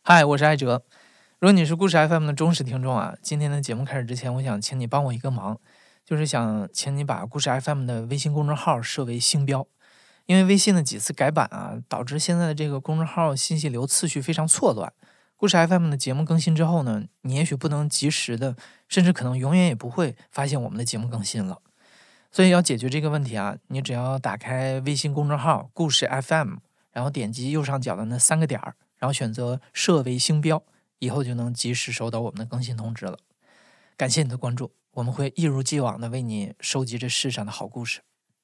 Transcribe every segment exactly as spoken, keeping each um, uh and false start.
嗨，我是艾哲。如果你是故事 F M 的忠实听众啊，今天的节目开始之前，我想请你帮我一个忙，就是想请你把故事 F M 的微信公众号设为星标。因为微信的几次改版啊，导致现在的这个公众号信息流次序非常错乱。故事 F M 的节目更新之后呢，你也许不能及时的，甚至可能永远也不会发现我们的节目更新了。所以要解决这个问题啊，你只要打开微信公众号故事 F M， 然后点击右上角的那三个点儿，然后选择设为星标，以后就能及时收到我们的更新通知了。感谢你的关注，我们会一如既往的为你收集这世上的好故事。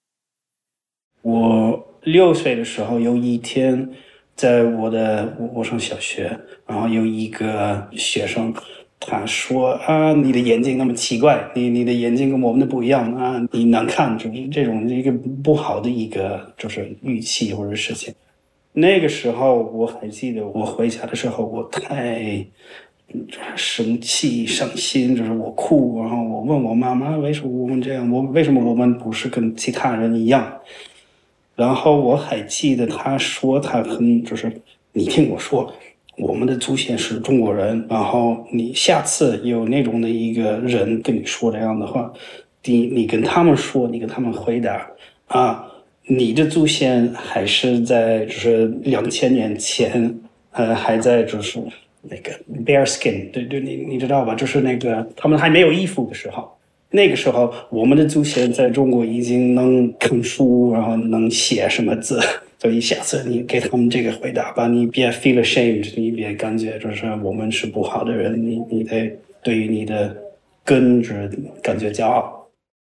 我六岁的时候，有一天在我的我上小学，然后有一个学生，他说啊，你的眼睛那么奇怪，你你的眼睛跟我们的不一样啊，你难看，就是这种一个不好的一个就是语气或者事情。那个时候我还记得，我回家的时候，我太生气、伤心，就是我哭，然后我问我妈妈，为什么我们这样？我为什么我们不是跟其他人一样？然后我还记得他说他很就是你听我说，我们的祖先是中国人，然后你下次有那种的一个人跟你说这样的话，你你跟他们说，你跟他们回答啊，你的祖先还是在就是两千年前，呃，还在就是那个 bear skin， 对对，你你知道吧？就是那个他们还没有衣服的时候。那个时候，我们的祖先在中国已经能看书，然后能写什么字，所以下次你给他们这个回答吧，你别 feel ashamed， 你别感觉就是我们是不好的人，你你得对于你的根是感觉骄傲。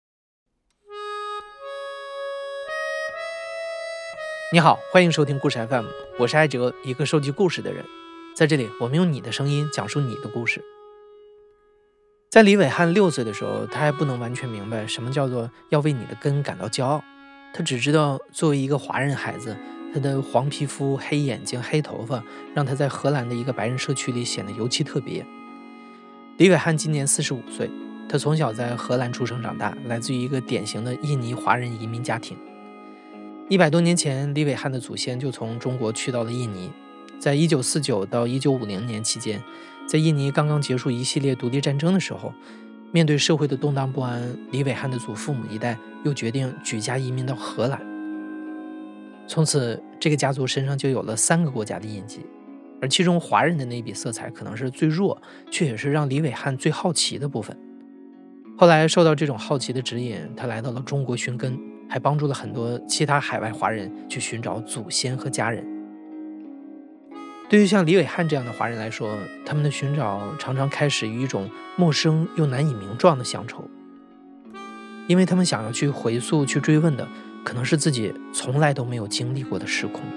你好，欢迎收听故事 F M， 我是艾哲，一个收集故事的人。在这里，我们用你的声音讲述你的故事。在李伟汉六岁的时候，他还不能完全明白什么叫做要为你的根感到骄傲，他只知道作为一个华人孩子，他的黄皮肤、黑眼睛、黑头发，让他在荷兰的一个白人社区里显得尤其特别。李伟汉今年四十五岁，他从小在荷兰出生长大，来自于一个典型的印尼华人移民家庭。一百多年前，李伟汉的祖先就从中国去到了印尼。在一九四九到一九五零年期间，在印尼刚刚结束一系列独立战争的时候，面对社会的动荡不安，李伟汉的祖父母一代又决定举家移民到荷兰。从此，这个家族身上就有了三个国家的印记，而其中华人的那笔色彩可能是最弱，却也是让李伟汉最好奇的部分。后来受到这种好奇的指引，他来到了中国寻根，还帮助了很多其他海外华人去寻找祖先和家人。对于像李伟汉这样的华人来说，他们的寻找常常开始于一种陌生又难以名状的乡愁，因为他们想要去回溯、去追问的，可能是自己从来都没有经历过的时空。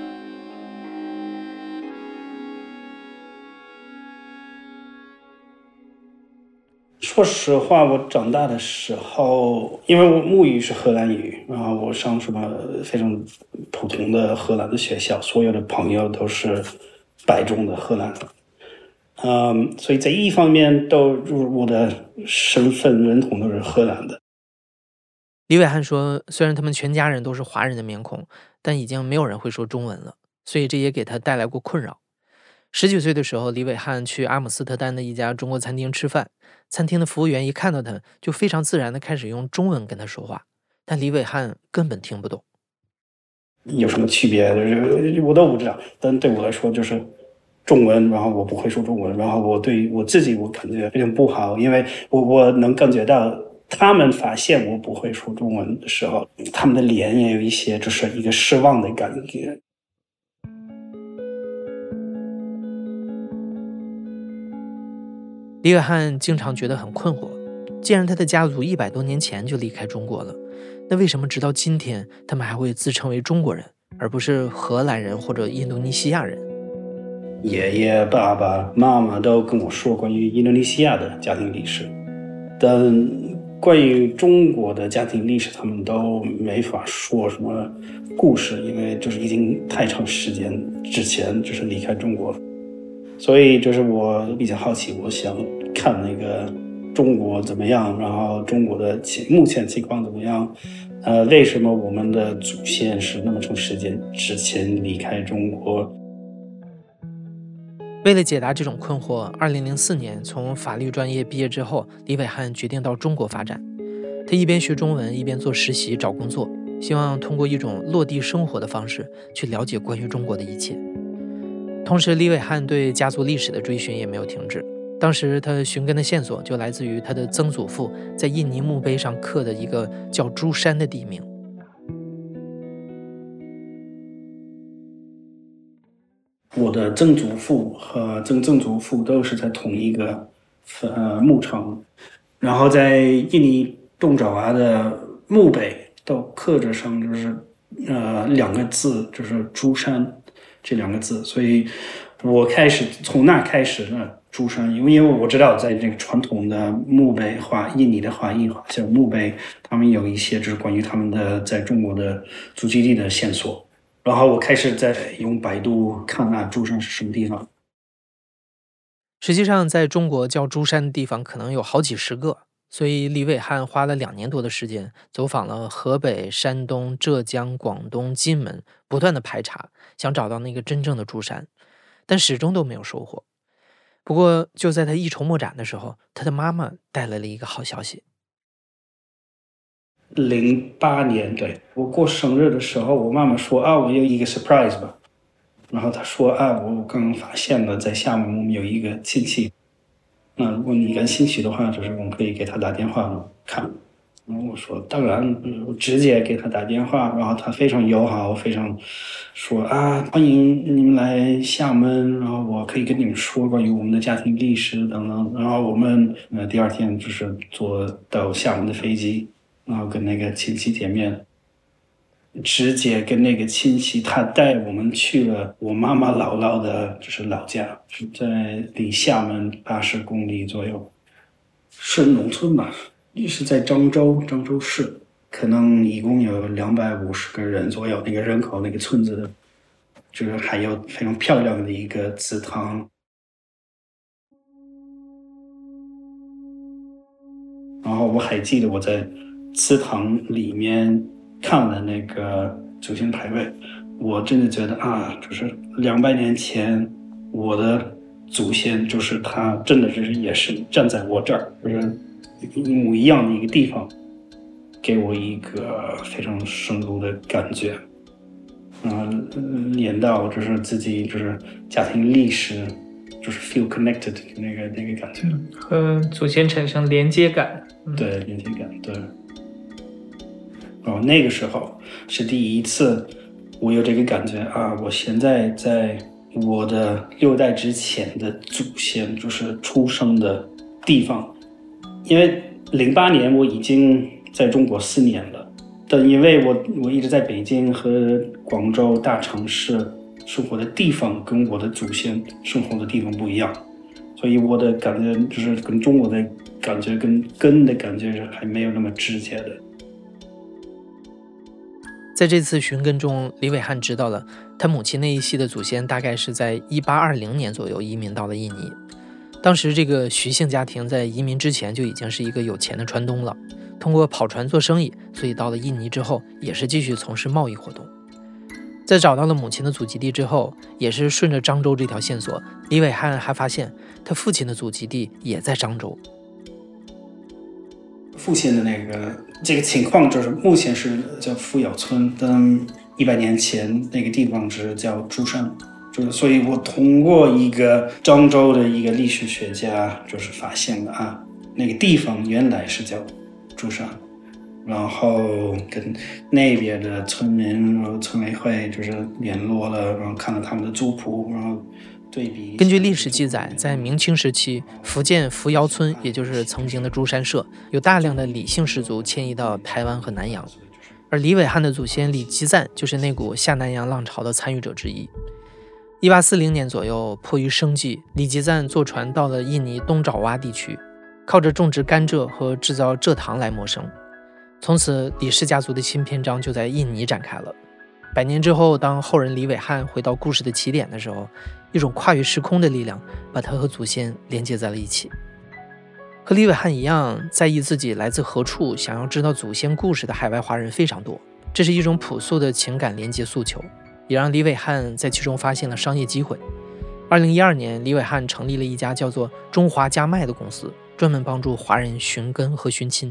说实话，我长大的时候，因为我母语是荷兰语，然后我上什么非常普通的荷兰的学校，所有的朋友都是白种的荷兰人，嗯，所以在一方面都我的身份认同都是荷兰的。 李伟汉说，虽然他们全家人都是华人的面孔，但已经没有人会说中文了，所以这也给他带来过困扰。十几岁的时候，李伟汉去阿姆斯特丹的一家中国餐厅吃饭，餐厅的服务员一看到他，就非常自然地开始用中文跟他说话，但李伟汉根本听不懂。 有什么区别我都不知道，但对我来说就是中文，然后我不会说中文，然后我对我自己我感觉非常不好，因为我我能感觉到他们发现我不会说中文的时候，他们的脸也有一些就是一个失望的感觉。 李伟汉经常觉得很困惑，既然他的家族一百多年前就离开中国了，那为什么直到今天他们还会自称为中国人，而不是荷兰人或者印度尼西亚人？ 爷爷、爸爸妈妈都跟我说关于印度尼西亚的家庭历史，但关于中国的家庭历史他们都没法说什么故事，因为就是已经太长时间之前就是离开中国了。所以就是我比较好奇，我想看那个中国怎么样，然后中国的目前情况怎么样，呃，为什么我们的祖先是那么长时间之前离开中国。 为了解答这种困惑，二零零四年从法律专业毕业之后，李伟汉决定到中国发展。他一边学中文，一边做实习找工作，希望通过一种落地生活的方式去了解关于中国的一切。同时，李伟汉对家族历史的追寻也没有停止。当时他寻根的线索就来自于他的曾祖父在印尼墓碑上刻的一个叫珠山的地名。 我的曾祖父和曾曾祖父都是在同一个呃墓城，然后在印尼东爪哇的墓碑都刻着上就是呃两个字，就是珠山这两个字，所以我开始从那开始呢，珠山，因为因为我知道在这个传统的墓碑画，印尼的画印画像墓碑，他们有一些就是关于他们的在中国的祖籍地的线索。然后我开始在用百度看啊，珠山是什么地方。 实际上，在中国叫珠山的地方可能有好几十个，所以李伟汉花了两年多的时间，走访了河北、山东、浙江、广东、金门，不断的排查，想找到那个真正的珠山，但始终都没有收获。不过，就在他一筹莫展的时候，他的妈妈带来了一个好消息。 零八年，对，我过生日的时候，我妈妈说啊，我有一个 surprise 吧。然后她说啊，我刚刚发现了，在厦门我们有一个亲戚，那如果你感兴趣的话，就是我们可以给他打电话看。然后我说当然，我直接给他打电话，然后他非常友好，非常说啊，欢迎你们来厦门，然后我可以跟你们说关于我们的家庭历史等等。然后我们呃第二天就是坐到厦门的飞机。然后跟那个亲戚见面，直接跟那个亲戚，他带我们去了我妈妈姥姥的，就是老家，是在离厦门八十公里左右，是农村吧，也是在漳州，漳州市，可能一共有两百五十个人左右，那个人口那个村子的，就是还有非常漂亮的一个祠堂。然后我还记得我在祠堂里面看了那个祖先牌位，我真的觉得啊，就是两百年前我的祖先，就是他真的是也是站在我这儿，就是一模一样的一个地方，给我一个非常深入的感觉。嗯，连到就是自己就是家庭历史，就是 feel connected 那个那个感觉， 和祖先产生连接感。 嗯、对，连接感，对。然后那个时候是第一次我有这个感觉啊，我现在在我的六代之前的祖先就是出生的地方，因为零八年我已经在中国四年了，但因为我我一直在北京和广州大城市生活的地方跟我的祖先生活的地方不一样，所以我的感觉就是跟中国的感觉跟根的感觉是还没有那么直接的。 在这次寻根中，李伟汉知道了他母亲那一系的祖先大概是在一八二零年左右移民到了印尼。当时这个徐姓家庭在移民之前就已经是一个有钱的川东了，通过跑船做生意，所以到了印尼之后也是继续从事贸易活动。在找到了母亲的祖籍地之后，也是顺着漳州这条线索，李伟汉还发现他父亲的祖籍地也在漳州。 父亲的那个这个情况就是目前是叫富窑村，但一百年前那个地方是叫珠山，就是所以我通过一个漳州的一个历史学家就是发现了啊，那个地方原来是叫珠山，然后跟那边的村民然后村委会就是联络了，然后看了他们的族谱，然后对比。 根据历史记载，在明清时期，福建福窑村，也就是曾经的珠山社，有大量的李姓氏族迁移到台湾和南洋，而李伟汉的祖先李基赞就是那股下南洋浪潮的参与者之一。一八四零年左右，迫于生计，李基赞坐船到了印尼东爪哇地区，靠着种植甘蔗和制造蔗糖来谋生。从此，李氏家族的新篇章就在印尼展开了。百年之后，当后人李伟汉回到故事的起点的时候，一种跨越时空的力量把他和祖先连接在了一起。和李伟汉一样，在意自己来自何处，想要知道祖先故事的海外华人非常多，这是一种朴素的情感连接诉求，也让李伟汉在其中发现了商业机会。 二零一二年，李伟汉成立了一家叫做中华家脉的公司，专门帮助华人寻根和寻亲。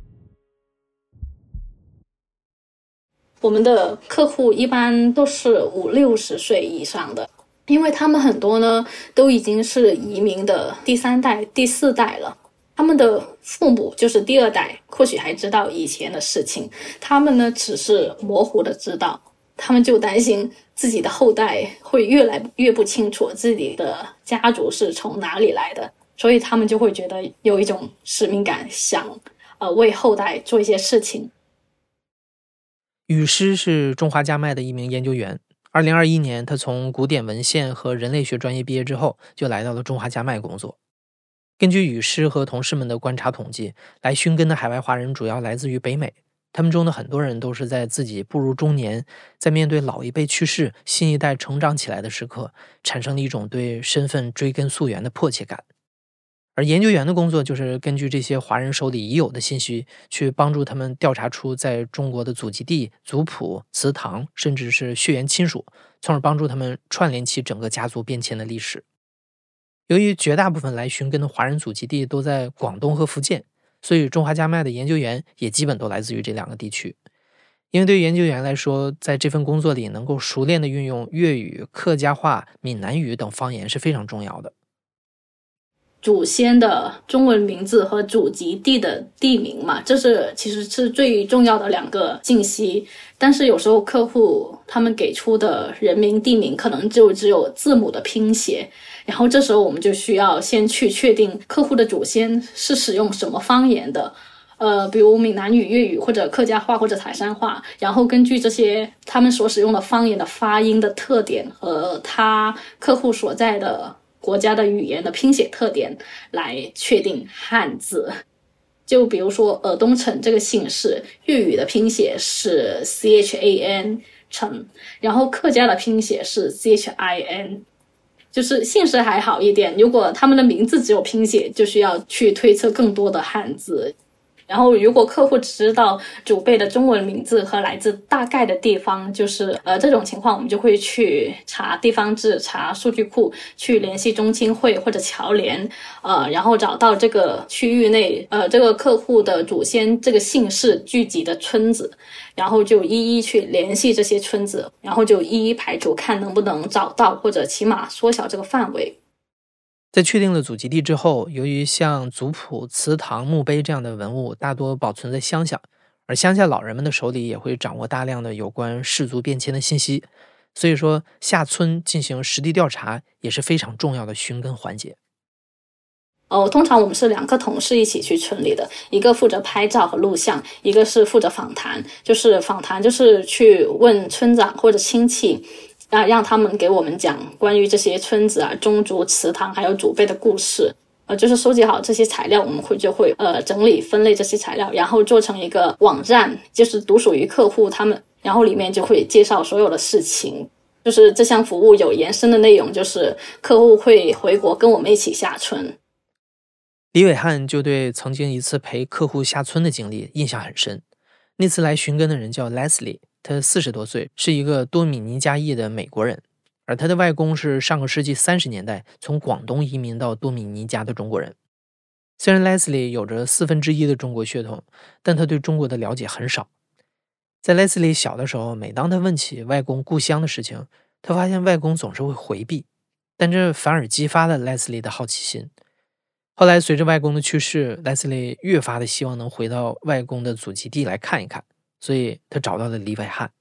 我们的客户一般都是五六十岁以上的，因为他们很多呢都已经是移民的第三代、第四代了。他们的父母就是第二代，或许还知道以前的事情，他们呢只是模糊的知道，他们就担心自己的后代会越来越不清楚自己的家族是从哪里来的，所以他们就会觉得有一种使命感，想呃为后代做一些事情。 雨师是中华家脉的一名研究员。二零二一年，他从古典文献和人类学专业毕业之后，就来到了中华家脉工作。根据雨师和同事们的观察统计，来寻根的海外华人主要来自于北美，他们中的很多人都是在自己步入中年，在面对老一辈去世、新一代成长起来的时刻，产生了一种对身份追根溯源的迫切感。而研究员的工作就是根据这些华人手里已有的信息，去帮助他们调查出在中国的祖籍地、族谱、祠堂，甚至是血缘亲属，从而帮助他们串联起整个家族变迁的历史。由于绝大部分来寻根的华人祖籍地都在广东和福建，所以中华家脉的研究员也基本都来自于这两个地区。因为对于研究员来说，在这份工作里能够熟练地运用粤语、客家话、闽南语等方言是非常重要的。 祖先的中文名字和祖籍地的地名嘛，这是其实是最重要的两个信息。但是有时候客户他们给出的人名地名可能就只有字母的拼写，然后这时候我们就需要先去确定客户的祖先是使用什么方言的，呃，比如闽南语、粤语或者客家话或者台山话，然后根据这些他们所使用的方言的发音的特点和他客户所在的国家的语言的拼写特点来确定汉字。就比如说尔东城这个姓氏，粤语的拼写是 C H A N 城，然后客家的拼写是 C H I N。 就是姓氏还好一点，如果他们的名字只有拼写，就需要去推测更多的汉字。然后如果客户只知道祖辈的中文名字和来自大概的地方，就是呃这种情况我们就会去查地方志、查数据库，去联系中青会或者侨联，呃然后找到这个区域内呃这个客户的祖先这个姓氏聚集的村子，然后就一一去联系这些村子，然后就一一排除，看能不能找到或者起码缩小这个范围。 在确定了祖籍地之后，由于像族谱、祠堂、墓碑这样的文物大多保存在乡下，而乡下老人们的手里也会掌握大量的有关氏族变迁的信息，所以说下村进行实地调查也是非常重要的寻根环节。 哦，通常我们是两个同事一起去村里的，一个负责拍照和录像，一个是负责访谈。就是访谈就是去问村长或者亲戚啊，让他们给我们讲关于这些村子啊、宗族、祠堂还有祖辈的故事。呃，就是收集好这些材料，我们会就会呃整理分类这些材料，然后做成一个网站，就是独属于客户他们，然后里面就会介绍所有的事情。就是这项服务有延伸的内容，就是客户会回国跟我们一起下村。 李伟汉就对曾经一次陪客户下村的经历印象很深。那次来寻根的人叫 Leslie， 他四十多岁，是一个多米尼加裔的美国人，而他的外公是上个世纪三十年代从广东移民到多米尼加的中国人。虽然 Leslie 有着四分之一的中国血统，但他对中国的了解很少。在 Leslie 小的时候，每当他问起外公故乡的事情，他发现外公总是会回避，但这反而激发了 Leslie 的好奇心。后来随着外公的去世， Leslie 越发的希望能回到外公的祖籍地来看一看，所以他找到了李伟汉。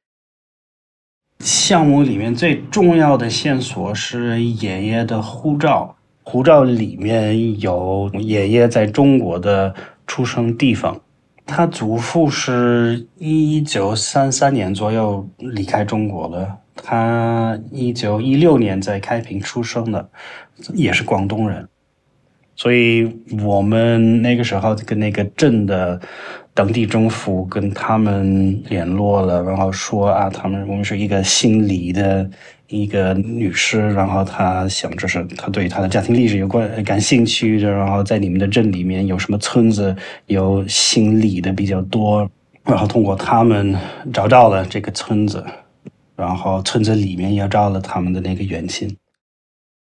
项目里面最重要的线索是爷爷的护照，护照里面有爷爷在中国的出生地方，他祖父是一九三三年左右离开中国的，他一九一六年在开平出生的，也是广东人。所以我们那个时候跟那个镇的当地政府跟他们联络了，然后说啊，他们我们是一个姓李的一个女士，然后她想就是她对她的家庭历史有关感兴趣的，然后在你们的镇里面有什么村子有姓李的比较多，然后通过他们找到了这个村子，然后村子里面也找了他们的那个远亲。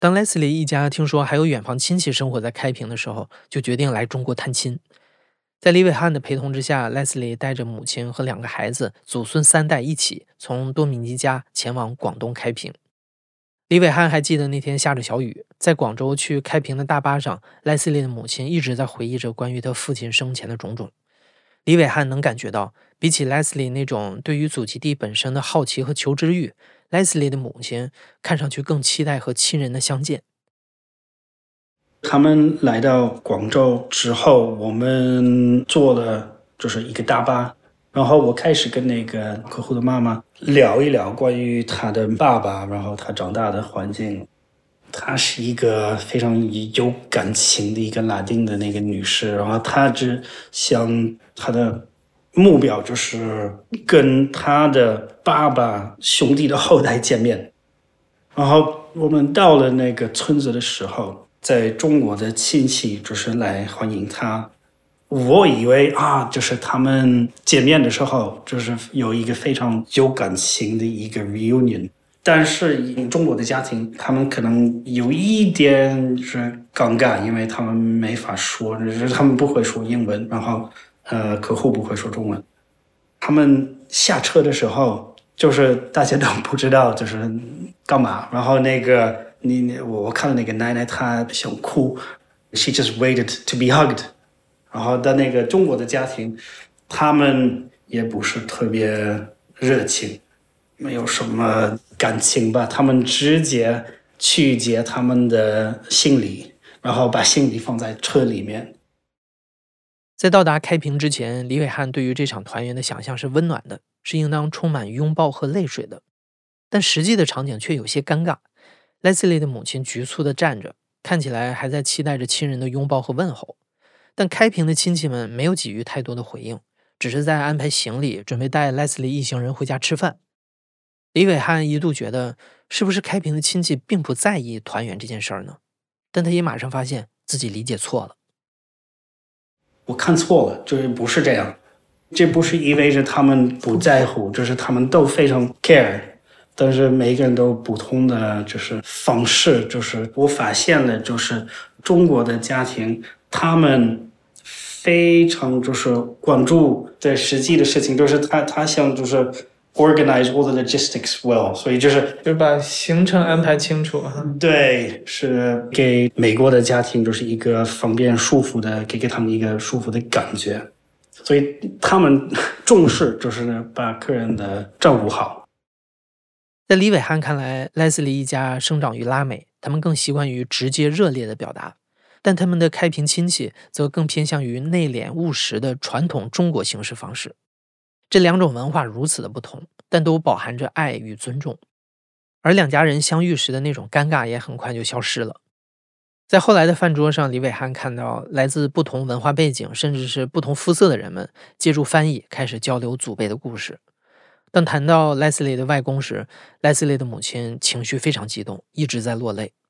当 Leslie 一家听说还有远房亲戚生活在开平的时候，就决定来中国探亲。在李伟汉的陪同之下， Leslie 带着母亲和两个孩子，祖孙三代一起从多米尼加前往广东开平。李伟汉还记得那天下着小雨，在广州去开平的大巴上， Leslie 的母亲一直在回忆着关于他父亲生前的种种。李伟汉能感觉到，比起 Leslie 那种对于祖籍地本身的好奇和求知欲， Leslie 的母亲看上去更期待和亲人的相见。 他们来到广州之后，我们坐了就是一个大巴，然后我开始跟那个客户的妈妈聊一聊关于他的爸爸，然后他长大的环境。她是一个非常有感情的一个拉丁的那个女士，然后她只想她的目标就是跟她的爸爸兄弟的后代见面。然后我们到了那个村子的时候，在中国的亲戚就是来欢迎她。我以为啊，就是他们见面的时候，就是有一个非常有感情的一个 reunion。但是中国的家庭，他们可能有一点就是尴尬，因为他们没法说，就是他们不会说英文，然后呃，客户不会说中文。他们下车的时候，就是大家都不知道就是干嘛。然后那个你我看到那个奶奶，她想哭 ，she just waited to be hugged。然后在那个中国的家庭，他们也不是特别热情。没有什么感情吧，他们直接去接他们的行李，然后把行李放在车里面。 在到达开平之前，李伟汉对于这场团圆的想象是温暖的，是应当充满拥抱和泪水的。但实际的场景却有些尴尬。Leslie 的母亲局促地站着，看起来还在期待着亲人的拥抱和问候。但开平的亲戚们没有给予太多的回应，只是在安排行李，准备带 Leslie 一行人回家吃饭。李伟汉一度觉得，是不是开平的亲戚并不在意团圆这件事儿呢？但他也马上发现自己理解错了。 我看错了，就是不是这样。这不是意味着他们不在乎，就是他们都非常 care， 但是每个人都有不同的就是方式。就是我发现了，就是中国的家庭，他们非常就是关注对实际的事情，就是他他想就是。organize all the logistics well， 所以就是就把行程安排清楚。 对，是给美国的家庭就是一个方便舒服的，给给他们一个舒服的感觉，所以他们重视就是把客人的照顾好。 在李伟汉看来， Leslie 一家生长于拉美，他们更习惯于直接热烈的表达，但他们的开平亲戚则更偏向于内敛务实的传统中国行事方式。这两种文化如此的不同，但都饱含着爱与尊重。而两家人相遇时的那种尴尬也很快就消失了。在后来的饭桌上，李伟汉看到来自不同文化背景甚至是不同肤色的人们借助翻译开始交流祖辈的故事。当谈到 Leslie 的外公时， Leslie 的母亲情绪非常激动，一直在落泪。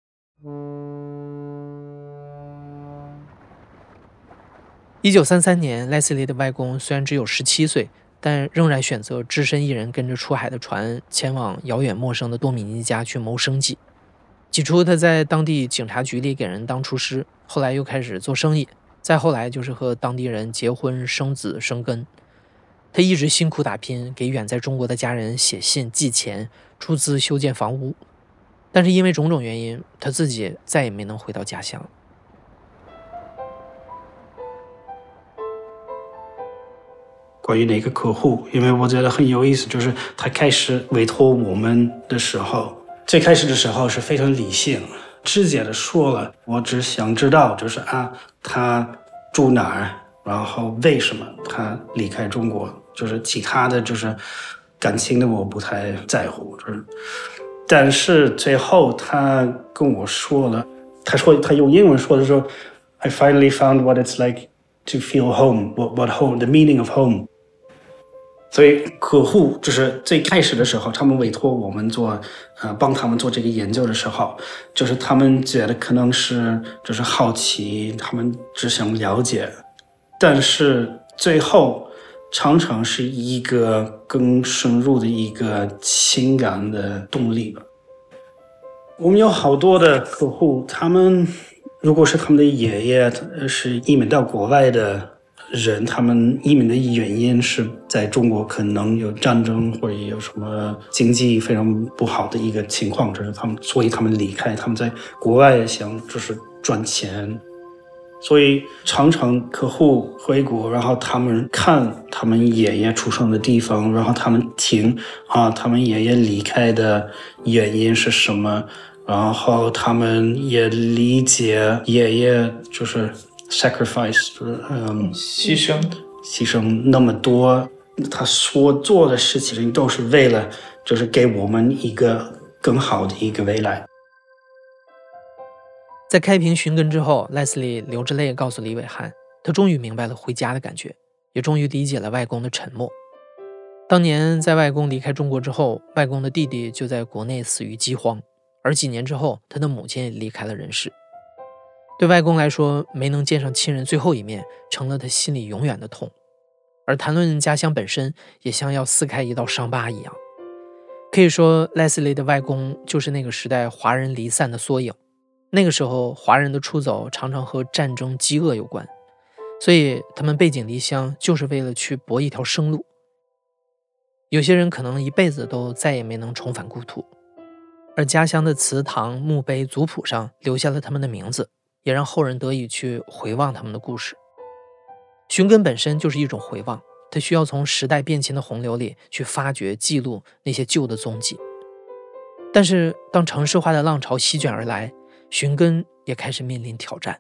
一九三三年， Leslie 的外公虽然只有十七岁，但仍然选择只身一人跟着出海的船前往遥远陌生的多米尼加去谋生计。起初他在当地警察局里给人当厨师，后来又开始做生意，再后来就是和当地人结婚生子生根。他一直辛苦打拼，给远在中国的家人写信寄钱，出资修建房屋。但是因为种种原因，他自己再也没能回到家乡。 关于哪个客户，因为我觉得很有意思，就是他开始委托我们的时候，最开始的时候是非常理性直接的说了，我只想知道就是啊，他住哪儿，然后为什么他离开中国，就是其他的就是感情的我不太在乎。就是但是最后他跟我说了，他说他用英文说的时候 I finally found what it's like to feel home, what, what home, the meaning of home。所以客户就是最开始的时候，他们委托我们做，呃，帮他们做这个研究的时候，就是他们觉得可能是就是好奇，他们只想了解，但是最后常常是一个更深入的一个情感的动力吧。 我们有好多的客户，他们如果是他们的爷爷是移民到国外的人，他们移民的原因是在中国可能有战争或者有什么经济非常不好的一个情况，就是他们，所以他们离开，他们在国外想就是赚钱。所以常常客户回国，然后他们看他们爷爷出生的地方，然后他们听啊，他们爷爷离开的原因是什么，然后他们也理解爷爷就是 sacrifice， 嗯， 牺牲牺牲那么多，他所做的事情都是为了就是给我们一个更好的一个未来。 在开瓶寻根之后，莱斯利流着泪告诉李伟汉，他终于明白了回家的感觉，也终于理解了外公的沉默。当年在外公离开中国之后，外公的弟弟就在国内死于饥荒，而几年之后，他的母亲也离开了人世。对外公来说，没能见上亲人最后一面，成了他心里永远的痛。而谈论家乡本身，也像要撕开一道伤疤一样。可以说，莱斯利的外公就是那个时代华人离散的缩影。那个时候，华人的出走常常和战争、饥饿有关，所以他们背井离乡，就是为了去搏一条生路。有些人可能一辈子都再也没能重返故土，而家乡的祠堂、墓碑、族谱上留下了他们的名字，也让后人得以去回望他们的故事。寻根本身就是一种回望，它需要从时代变迁的洪流里去发掘、记录那些旧的踪迹。但是，当城市化的浪潮席卷而来，寻根也开始面临挑战。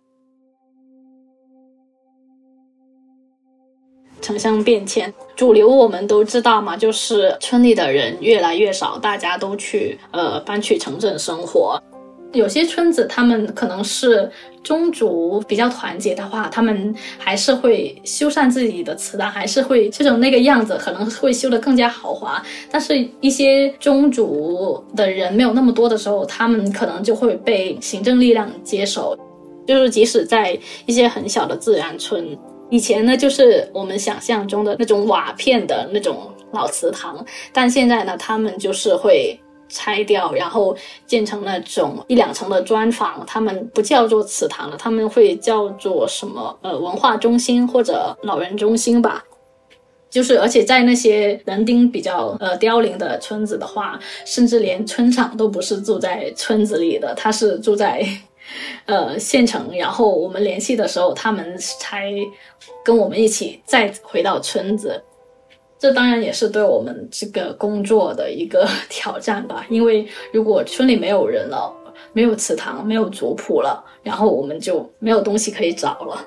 城乡变迁，主流我们都知道嘛，就是村里的人越来越少，大家都去呃搬去城镇生活。有些村子他们可能是宗族比较团结的话，他们还是会修缮自己的祠堂，还是会修成那个样子，可能会修得更加豪华。但是一些宗族的人没有那么多的时候，他们可能就会被行政力量接手。就是即使在一些很小的自然村，以前呢就是我们想象中的那种瓦片的那种老祠堂，但现在呢他们就是会拆掉，然后建成那种一两层的砖房，他们不叫做祠堂了，他们会叫做什么呃文化中心或者老人中心吧。就是而且在那些人丁比较呃凋零的村子的话，甚至连村长都不是住在村子里的，他是住在呃县城，然后我们联系的时候，他们才跟我们一起再回到村子。这当然也是对我们这个工作的一个挑战吧，因为如果村里没有人了，没有祠堂，没有族谱了，然后我们就没有东西可以找了。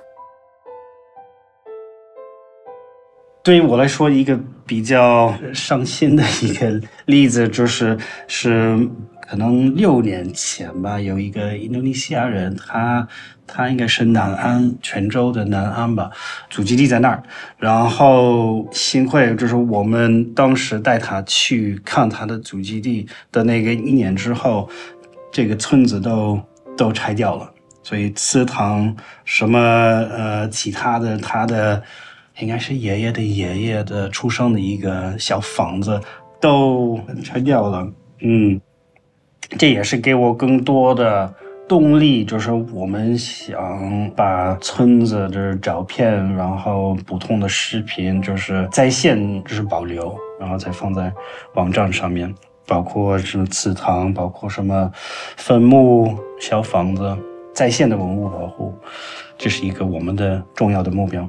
对于我来说，一个比较伤心的一个例子就是是可能六年前吧，有一个印度尼西亚人，他他应该是南安，泉州的南安吧，祖籍地在那儿。然后幸亏就是我们当时带他去看他的祖籍地的那个一年之后，这个村子都都拆掉了，所以祠堂什么呃其他的他的。应该是爷爷的爷爷的出生的一个小房子都拆掉了。嗯，这也是给我更多的动力，就是我们想把村子的照片，然后不同的视频，就是在线就是保留，然后再放在网站上面，包括什么祠堂，包括什么坟墓、小房子，在线的文物保护，这是一个我们的重要的目标。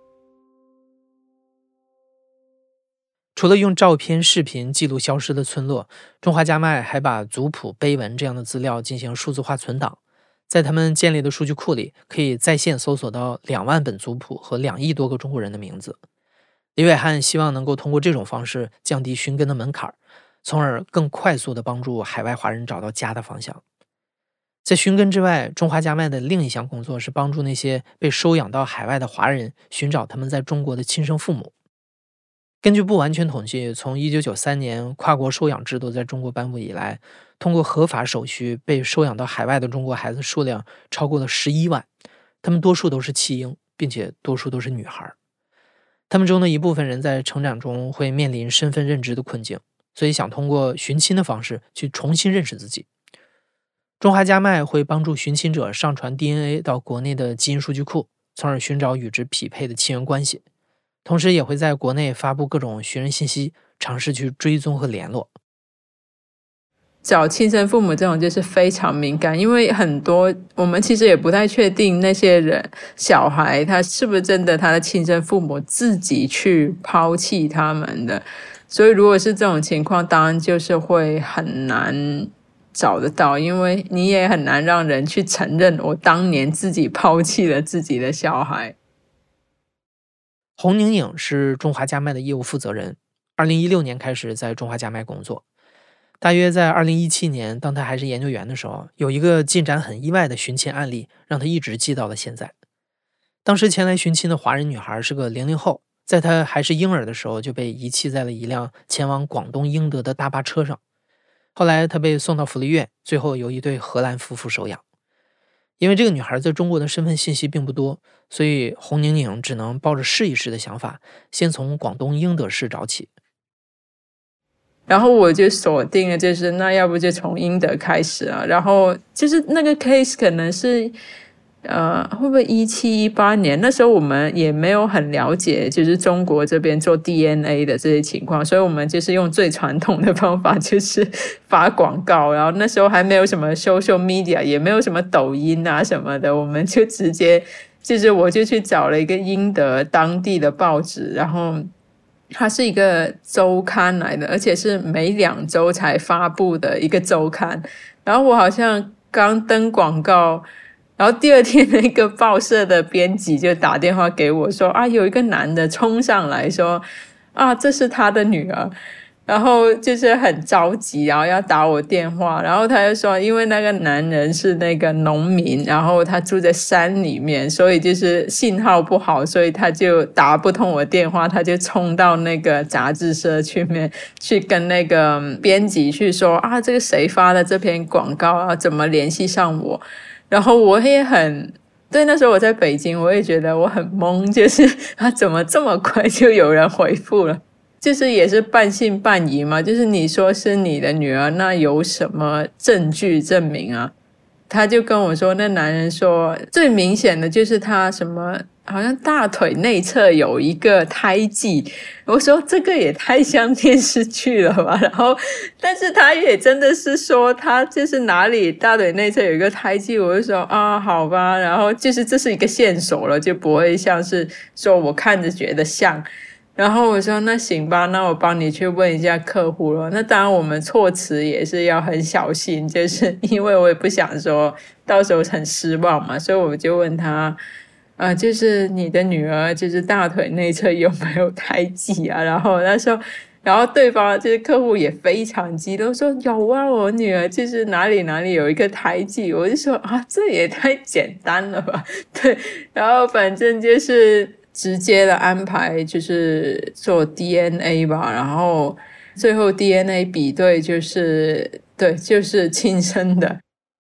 除了用照片、视频记录消失的村落，中华家脉还把族谱、碑文这样的资料进行数字化存档。在他们建立的数据库里，可以在线搜索到两万本族谱和两亿多个中国人的名字。李伟汉希望能够通过这种方式降低寻根的门槛，从而更快速地帮助海外华人找到家的方向。在寻根之外，中华家脉的另一项工作是帮助那些被收养到海外的华人寻找他们在中国的亲生父母。根据不完全统计，从一九九三年跨国收养制度在中国颁布以来，通过合法手续被收养到海外的中国孩子数量超过了十一万，他们多数都是弃婴，并且多数都是女孩。他们中的一部分人在成长中会面临身份认知的困境，所以想通过寻亲的方式去重新认识自己。 中华家脉会帮助寻亲者上传 D N A 到国内的基因数据库，从而寻找与之匹配的亲缘关系，同时也会在国内发布各种寻人信息，尝试去追踪和联络。 找亲生父母这种就是非常敏感，因为很多我们其实也不太确定那些人小孩他是不是真的他的亲生父母自己去抛弃他们的，所以如果是这种情况，当然就是会很难找得到，因为你也很难让人去承认我当年自己抛弃了自己的小孩。 洪宁颖是中华家脉的业务负责人，二零一六年开始在中华家脉工作。大约在二零一七年，当他还是研究员的时候，有一个进展很意外的寻亲案例，让他一直记到了现在。当时前来寻亲的华人女孩是个零零后，在她还是婴儿的时候就被遗弃在了一辆前往广东英德的大巴车上。后来她被送到福利院，最后由一对荷兰夫妇收养。因为这个女孩在中国的身份信息并不多，所以洪宁颖只能抱着试一试的想法，先从广东英德市找起。 然后我就锁定了，就是那要不就从英德开始啊。然后就是那个 case 可能是呃，会不会一七一八年？那时候我们也没有很了解，就是中国这边做 D N A 的这些情况，所以我们就是用最传统的方法，就是发广告。然后那时候还没有什么 social media， 也没有什么抖音啊什么的，我们就直接就是我就去找了一个英德当地的报纸，然后它是一个周刊来的，而且是每两周才发布的一个周刊。然后我好像刚登广告，然后第二天那个报社的编辑就打电话给我说啊，有一个男的冲上来说啊，这是他的女儿。然后就是很着急，然后要打我电话，然后他就说因为那个男人是那个农民，然后他住在山里面，所以就是信号不好，所以他就打不通我电话，他就冲到那个杂志社去面去跟那个编辑去说啊，这个谁发的这篇广告啊，怎么联系上我。然后我也很对，那时候我在北京，我也觉得我很懵，就是他怎么这么快就有人回复了，就是也是半信半疑嘛，就是你说是你的女儿，那有什么证据证明啊？他就跟我说，那男人说最明显的就是他什么好像大腿内侧有一个胎记，我说这个也太像电视剧了吧。然后但是他也真的是说他就是哪里大腿内侧有一个胎记，我就说啊好吧，然后就是这是一个线索了，就不会像是说我看着觉得像。然后我说那行吧，那我帮你去问一下客户了。那当然我们措辞也是要很小心，就是因为我也不想说到时候很失望嘛，所以我就问他呃，就是你的女儿就是大腿内侧有没有胎记啊？然后那时候然后对方就是客户也非常激动说有啊，我女儿就是哪里哪里有一个胎记。我就说啊，这也太简单了吧。对，然后反正就是直接的安排就是做 D N A 吧，然后最后 D N A 比对就是对，就是亲生的，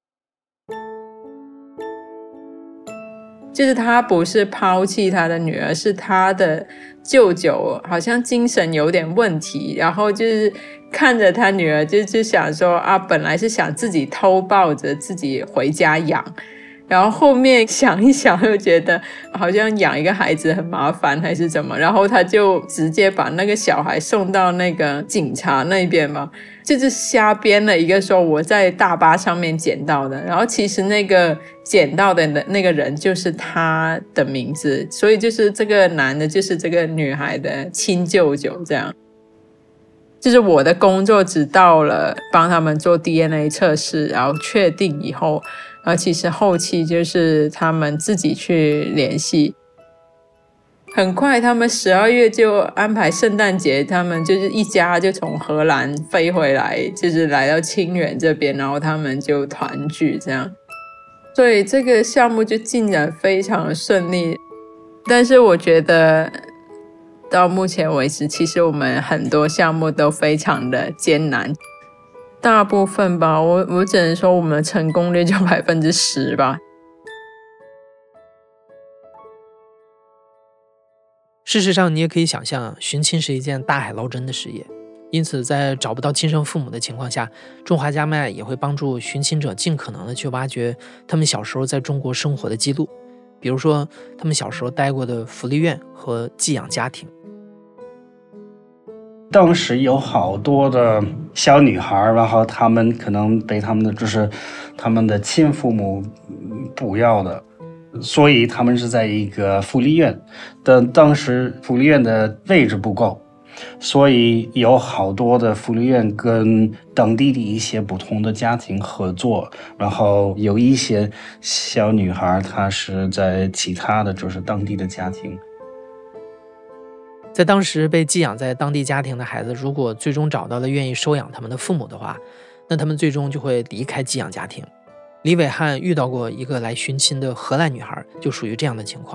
就是他不是抛弃他的女儿，是他的舅舅好像精神有点问题，然后就是看着他女儿就就想说啊，本来是想自己偷抱着自己回家养，然后后面想一想又觉得好像养一个孩子很麻烦还是怎么，然后他就直接把那个小孩送到那个警察那边嘛，就是瞎编了一个说我在大巴上面捡到的，然后其实那个捡到的那个人就是他的名字，所以就是这个男的就是这个女孩的亲舅舅这样。就是我的工作只到了帮他们做 D N A 测试，然后确定以后，然后其实后期就是他们自己去联系。很快他们十二月就安排圣诞节，他们就是一家就从荷兰飞回来，就是来到清远这边，然后他们就团聚这样。所以这个项目就进展非常顺利，但是我觉得到目前为止，其实我们很多项目都非常的艰难，大部分吧，我我只能说我们的成功率就百分之十吧。 事实上，你也可以想象，寻亲是一件大海捞针的事业。 因此在找不到亲生父母的情况下，中华家脉也会帮助寻亲者尽可能的去挖掘他们小时候在中国生活的记录，比如说他们小时候待过的福利院和寄养家庭。 当时有好多的小女孩，然后他们可能被他们的就是他们的亲父母不要的，所以他们是在一个福利院，但当时福利院的位置不够，所以有好多的福利院跟当地的一些不同的家庭合作，然后有一些小女孩她是在其他的就是当地的家庭。 在当时被寄养在当地家庭的孩子，如果最终找到了愿意收养他们的父母的话，那他们最终就会离开寄养家庭。李伟汉遇到过一个来寻亲的荷兰女孩，就属于这样的情况。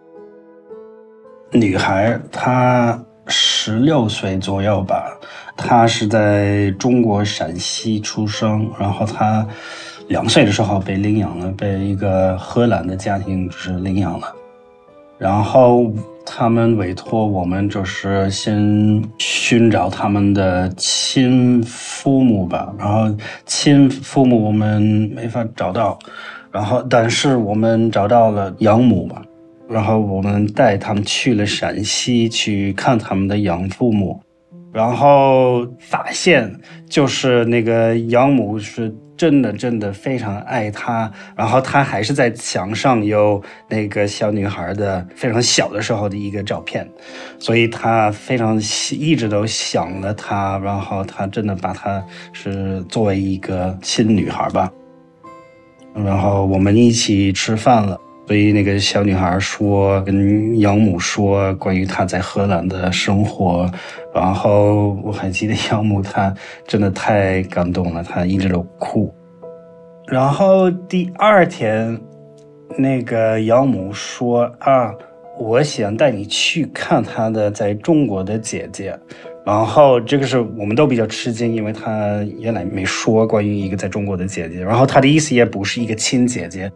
女孩她十六岁左右吧，她是在中国陕西出生，然后她两岁的时候被领养了，被一个荷兰的家庭就是领养了，然后他们委托我们就是先寻找他们的亲父母吧，然后亲父母我们没法找到，然后但是我们找到了养母吧，然后我们带他们去了陕西去看他们的养父母，然后发现就是那个养母是真的真的非常爱他，然后他还是在墙上有那个小女孩的非常小的时候的一个照片，所以他非常一直都想了她，然后他真的把她是作为一个亲女孩吧。然后我们一起吃饭了，所以那个小女孩说跟养母说关于她在荷兰的生活，然后我还记得养母她真的太感动了，她一直都哭。然后第二天那个养母说啊，我想带你去看她的在中国的姐姐，然后这个是我们都比较吃惊，因为她原来没说关于一个在中国的姐姐，然后她的意思也不是一个亲姐姐。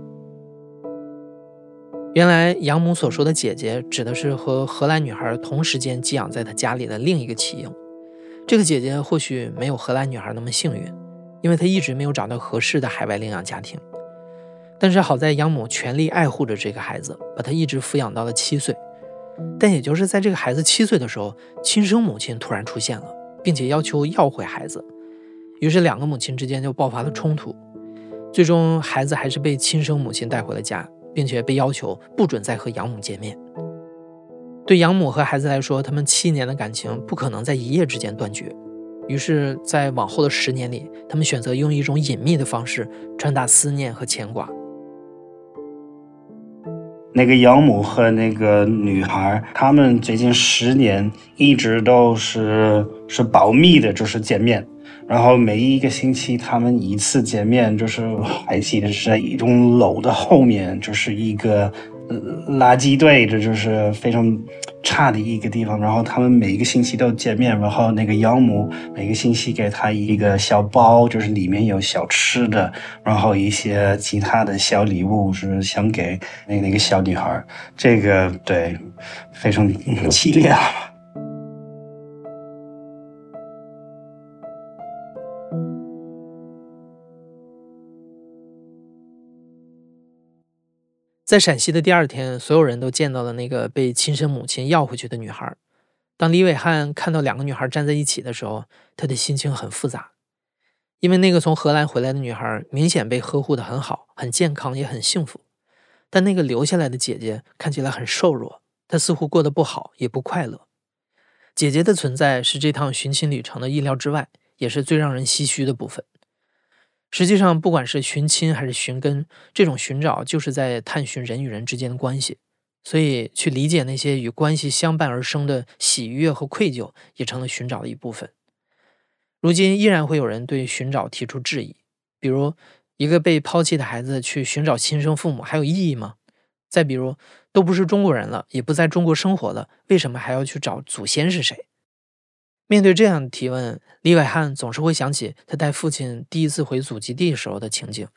原来养母所说的姐姐指的是和荷兰女孩同时间寄养在她家里的另一个弃婴。这个姐姐或许没有荷兰女孩那么幸运，因为她一直没有找到合适的海外领养家庭。但是好在养母全力爱护着这个孩子，把他一直抚养到了七岁。但也就是在这个孩子七岁的时候，亲生母亲突然出现了，并且要求要回孩子。于是两个母亲之间就爆发了冲突，最终孩子还是被亲生母亲带回了家，并且被要求不准再和养母见面。对养母和孩子来说，他们七年的感情不可能在一夜之间断绝，于是在往后的十年里，他们选择用一种隐秘的方式传达思念和牵挂。 那个养母和那个女孩，他们最近十年一直都是是保密的，就是见面。然后每一个星期他们一次见面，就是还记得是在一栋楼的后面，就是一个垃圾堆，这就是非常差的一个地方。然后他们每一个星期都见面，然后那个养母每个星期给他一个小包，就是里面有小吃的，然后一些其他的小礼物，是想给那个那个小女孩。这个对，非常凄烈啊。 在陕西的第二天，所有人都见到了那个被亲生母亲要回去的女孩。当李伟汉看到两个女孩站在一起的时候，他的心情很复杂。因为那个从荷兰回来的女孩明显被呵护得很好，很健康，也很幸福。但那个留下来的姐姐看起来很瘦弱，她似乎过得不好，也不快乐。姐姐的存在是这趟寻亲旅程的意料之外，也是最让人唏嘘的部分。实际上，不管是寻亲还是寻根，这种寻找就是在探寻人与人之间的关系，所以去理解那些与关系相伴而生的喜悦和愧疚，也成了寻找的一部分。如今依然会有人对寻找提出质疑，比如一个被抛弃的孩子去寻找亲生父母还有意义吗？再比如，都不是中国人了，也不在中国生活了，为什么还要去找祖先是谁？面对这样的提问，李伟汉总是会想起他带父亲第一次回祖籍地时候的情景。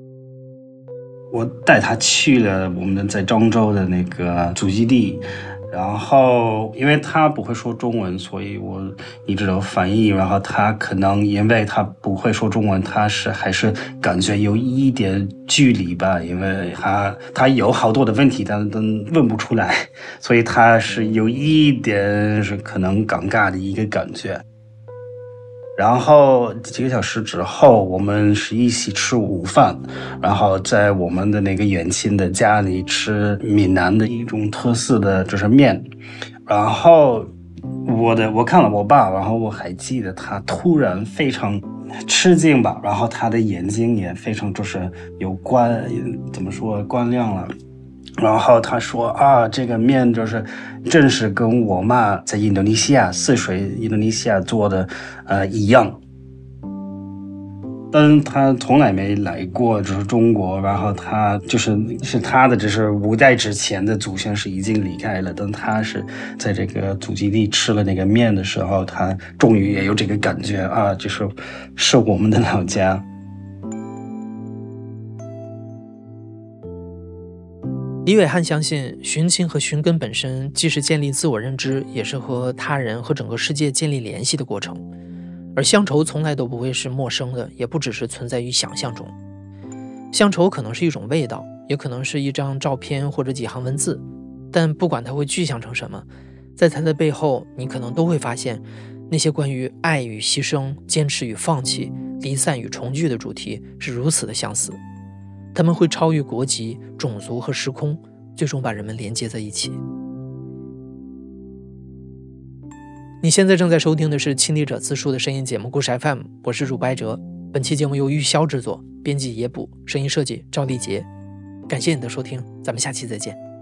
我带他去了我们在漳州的那个祖籍地， 然后因为他不会说中文，所以我一直都翻译，然后他可能因为他不会说中文，他是还是感觉有一点距离吧，因为他他有好多的问题但都问不出来，所以他是有一点是可能尴尬的一个感觉。然后几个小时之后，我们是一起吃午饭，然后在我们的那个远亲的家里吃闽南的一种特色的就是面。然后我的我看了我爸，然后我还记得他突然非常吃惊吧，然后他的眼睛也非常就是有光，怎么说光亮了。然后他说啊，这个面就是正是跟我妈在印度尼西亚泗水印度尼西亚做的呃一样，但他从来没来过就是中国，然后他就是是他的就是五代之前的祖先是已经离开了，但他是在这个祖籍地吃了那个面的时候，他终于也有这个感觉啊，就是是我们的老家。 李伟汉相信，寻亲和寻根本身既是建立自我认知，也是和他人和整个世界建立联系的过程。而乡愁从来都不会是陌生的，也不只是存在于想象中。乡愁可能是一种味道，也可能是一张照片或者几行文字，但不管它会具象成什么，在它的背后，你可能都会发现，那些关于爱与牺牲、坚持与放弃、离散与重聚的主题是如此的相似。他们会超越国籍、种族和时空，最终把人们连接在一起。你现在正在收听的是亲历者自述的声音节目故事 F M， 我是主播艾哲。本期节目由玉箫制作，编辑野捕，声音设计赵丽杰。感谢你的收听，咱们下期再见。